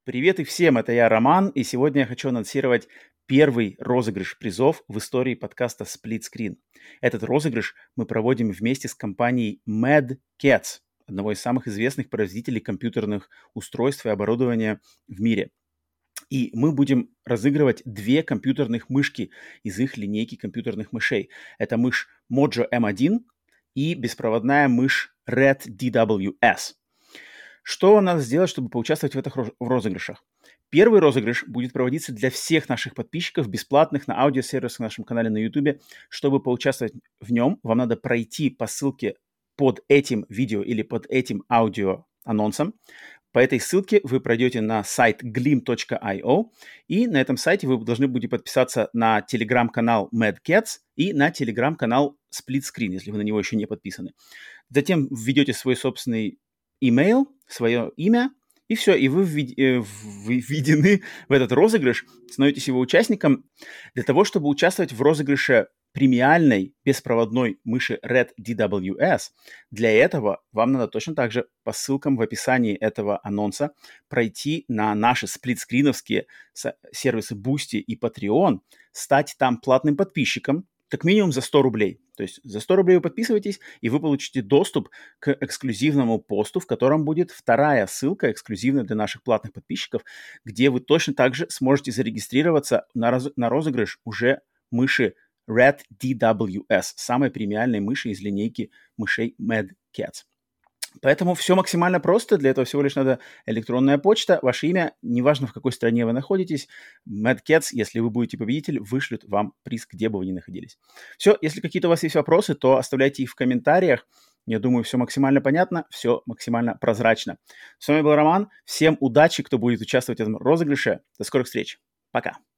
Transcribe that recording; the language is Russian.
Привет и всем, это я, Роман, и сегодня я хочу анонсировать первый розыгрыш призов в истории подкаста Split Screen. Этот розыгрыш мы проводим вместе с компанией Mad Cats, одного из самых известных производителей компьютерных устройств и оборудования в мире. И мы будем разыгрывать две компьютерных мышки из их линейки компьютерных мышей. Это мышь Mojo M1 и беспроводная мышь Red DWS. Что надо сделать, чтобы поучаствовать в этих розыгрышах? Первый розыгрыш будет проводиться для всех наших подписчиков, бесплатных на аудиосервисах на нашем канале на YouTube. Чтобы поучаствовать в нем, вам надо пройти по ссылке под этим видео или под этим аудиоанонсом. По этой ссылке вы пройдете на сайт gleam.io, и на этом сайте вы должны будете подписаться на телеграм-канал Mad Cats и на телеграм-канал Split Screen, если вы на него еще не подписаны. Затем введете свой собственный email, свое имя, и все, и вы введены в этот розыгрыш, становитесь его участником. Для того, чтобы участвовать в розыгрыше премиальной беспроводной мыши Red DWS, для этого вам надо точно так же по ссылкам в описании этого анонса пройти на наши сплитскриновские сервисы Boosty и Patreon, стать там платным подписчиком, как минимум за 100 рублей. То есть за 100 рублей вы подписываетесь, и вы получите доступ к эксклюзивному посту, в котором будет вторая ссылка, эксклюзивная для наших платных подписчиков, где вы точно так же сможете зарегистрироваться на розыгрыш уже мыши Red DWS, самой премиальной мыши из линейки мышей Mad Cats. Поэтому все максимально просто. Для этого всего лишь надо электронная почта, ваше имя, неважно, в какой стране вы находитесь. Mad Cats, если вы будете победитель, вышлют вам приз, где бы вы ни находились. Все, если какие-то у вас есть вопросы, то оставляйте их в комментариях. Я думаю, все максимально понятно, все максимально прозрачно. С вами был Роман. Всем удачи, кто будет участвовать в этом розыгрыше. До скорых встреч. Пока.